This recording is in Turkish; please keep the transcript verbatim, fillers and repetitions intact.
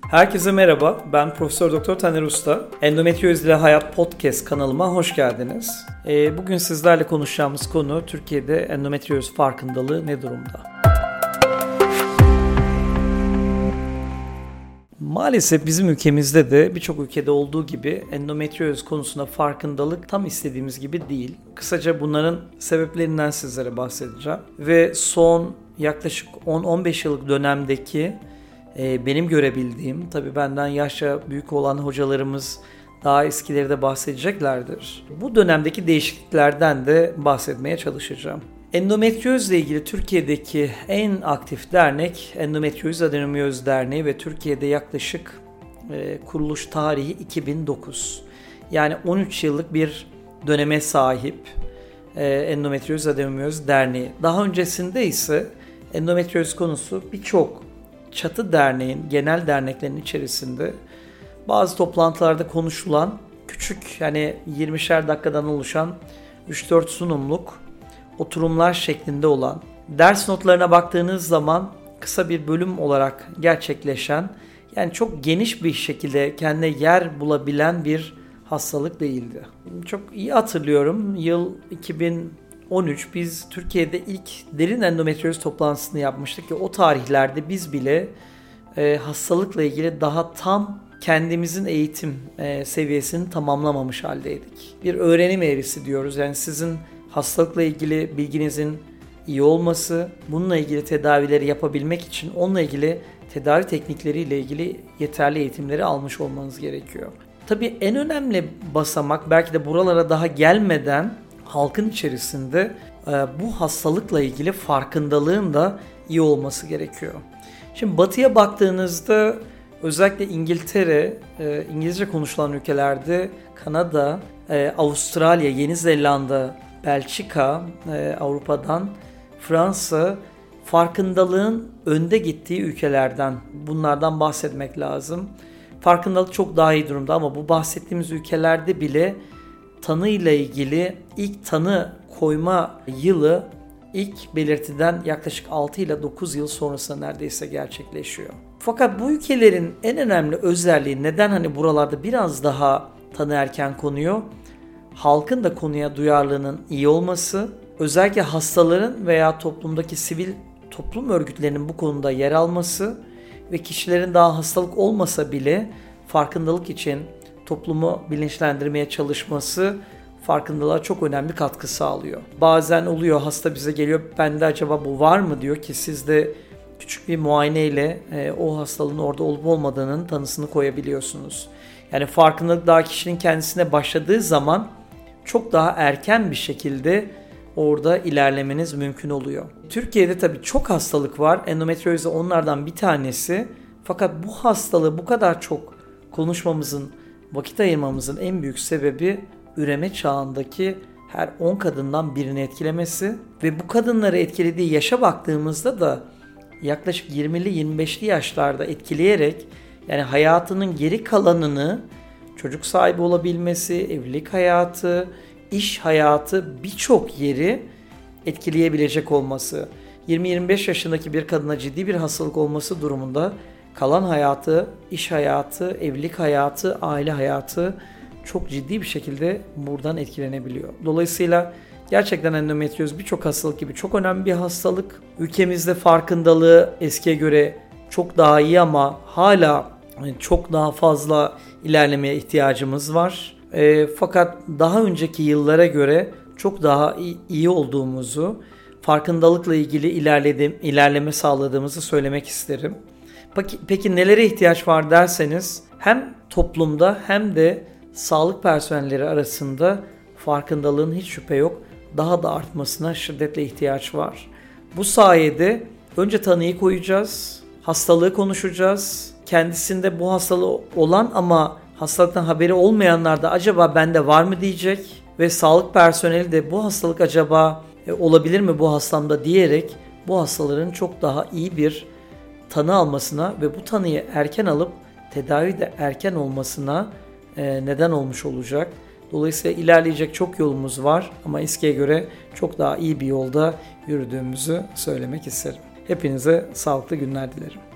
Herkese merhaba, ben Profesör Doktor Taner Usta. Endometrioz ile Hayat Podcast kanalıma hoş geldiniz. Bugün sizlerle konuşacağımız konu Türkiye'de endometrioz farkındalığı ne durumda? Maalesef bizim ülkemizde de birçok ülkede olduğu gibi endometrioz konusunda farkındalık tam istediğimiz gibi değil. Kısaca bunların sebeplerinden sizlere bahsedeceğim. Ve son yaklaşık on on beş yıllık dönemdeki e, benim görebildiğim, tabii benden yaşça büyük olan hocalarımız daha eskileri de bahsedeceklerdir. Bu dönemdeki değişikliklerden de bahsetmeye çalışacağım. Endometrioz ile ilgili Türkiye'deki en aktif dernek Endometrioz Adenomiyöz Derneği ve Türkiye'de yaklaşık e, kuruluş tarihi iki bin dokuz. Yani on üç yıllık bir döneme sahip e, Endometrioz Adenomiyöz Derneği. Daha öncesinde ise endometrioz konusu birçok çatı derneğin, genel derneklerin içerisinde bazı toplantılarda konuşulan küçük, yani yirmişer dakikadan oluşan üç dört sunumluk oturumlar şeklinde olan, ders notlarına baktığınız zaman kısa bir bölüm olarak gerçekleşen, yani çok geniş bir şekilde kendine yer bulabilen bir hastalık değildi. Çok iyi hatırlıyorum, yıl iki bin on üç biz Türkiye'de ilk derin endometrioz toplantısını yapmıştık ve o tarihlerde biz bile e, hastalıkla ilgili daha tam kendimizin eğitim e, seviyesini tamamlamamış haldeydik. Bir öğrenim eğrisi diyoruz, yani sizin hastalıkla ilgili bilginizin iyi olması, bununla ilgili tedavileri yapabilmek için onunla ilgili tedavi teknikleriyle ilgili yeterli eğitimleri almış olmanız gerekiyor. Tabii en önemli basamak, belki de buralara daha gelmeden halkın içerisinde e, bu hastalıkla ilgili farkındalığın da iyi olması gerekiyor. Şimdi batıya baktığınızda özellikle İngiltere, e, İngilizce konuşulan ülkelerde Kanada, e, Avustralya, Yeni Zelanda, Belçika, e, Avrupa'dan Fransa farkındalığın önde gittiği ülkelerden, bunlardan bahsetmek lazım. Farkındalık çok daha iyi durumda ama bu bahsettiğimiz ülkelerde bile tanı ile ilgili ilk tanı koyma yılı ilk belirtiden yaklaşık altı ile dokuz yıl sonrasında neredeyse gerçekleşiyor. Fakat bu ülkelerin en önemli özelliği, neden hani buralarda biraz daha tanı erken konuyor? Halkın da konuya duyarlılığının iyi olması, özellikle hastaların veya toplumdaki sivil toplum örgütlerinin bu konuda yer alması ve kişilerin daha hastalık olmasa bile farkındalık için toplumu bilinçlendirmeye çalışması farkındalığa çok önemli katkı sağlıyor. Bazen oluyor, hasta bize geliyor, bende acaba bu var mı diyor ki siz de küçük bir muayeneyle e, o hastalığın orada olup olmadığının tanısını koyabiliyorsunuz. Yani farkındalık daha kişinin kendisine başladığı zaman çok daha erken bir şekilde orada ilerlemeniz mümkün oluyor. Türkiye'de tabii çok hastalık var. Endometrioz da onlardan bir tanesi. Fakat bu hastalığı bu kadar çok konuşmamızın, vakit ayırmamızın en büyük sebebi üreme çağındaki her on kadından birini etkilemesi ve bu kadınları etkilediği yaşa baktığımızda da yaklaşık yirmili yirmi beşli yaşlarda etkileyerek, yani hayatının geri kalanını, çocuk sahibi olabilmesi, evlilik hayatı, iş hayatı, birçok yeri etkileyebilecek olması, yirmi yirmi beş yaşındaki bir kadına ciddi bir hastalık olması durumunda kalan hayatı, iş hayatı, evlilik hayatı, aile hayatı çok ciddi bir şekilde buradan etkilenebiliyor. Dolayısıyla gerçekten endometrioz birçok hastalık gibi çok önemli bir hastalık. Ülkemizde farkındalığı eskiye göre çok daha iyi ama hala çok daha fazla ilerlemeye ihtiyacımız var. E, fakat daha önceki yıllara göre çok daha iyi, iyi olduğumuzu, farkındalıkla ilgili ilerledim, ilerleme sağladığımızı söylemek isterim. Peki, peki nelere ihtiyaç var derseniz, hem toplumda hem de sağlık personelleri arasında farkındalığın hiç şüphe yok daha da artmasına şiddetle ihtiyaç var. Bu sayede önce tanıyı koyacağız, hastalığı konuşacağız, kendisinde bu hastalığı olan ama hastalıktan haberi olmayanlar da acaba bende var mı diyecek ve sağlık personeli de bu hastalık acaba e, olabilir mi bu hastamda diyerek bu hastaların çok daha iyi bir tanı almasına ve bu tanıyı erken alıp tedavi de erken olmasına e, neden olmuş olacak. Dolayısıyla ilerleyecek çok yolumuz var ama eskiye göre çok daha iyi bir yolda yürüdüğümüzü söylemek isterim. Hepinize sağlıklı günler dilerim.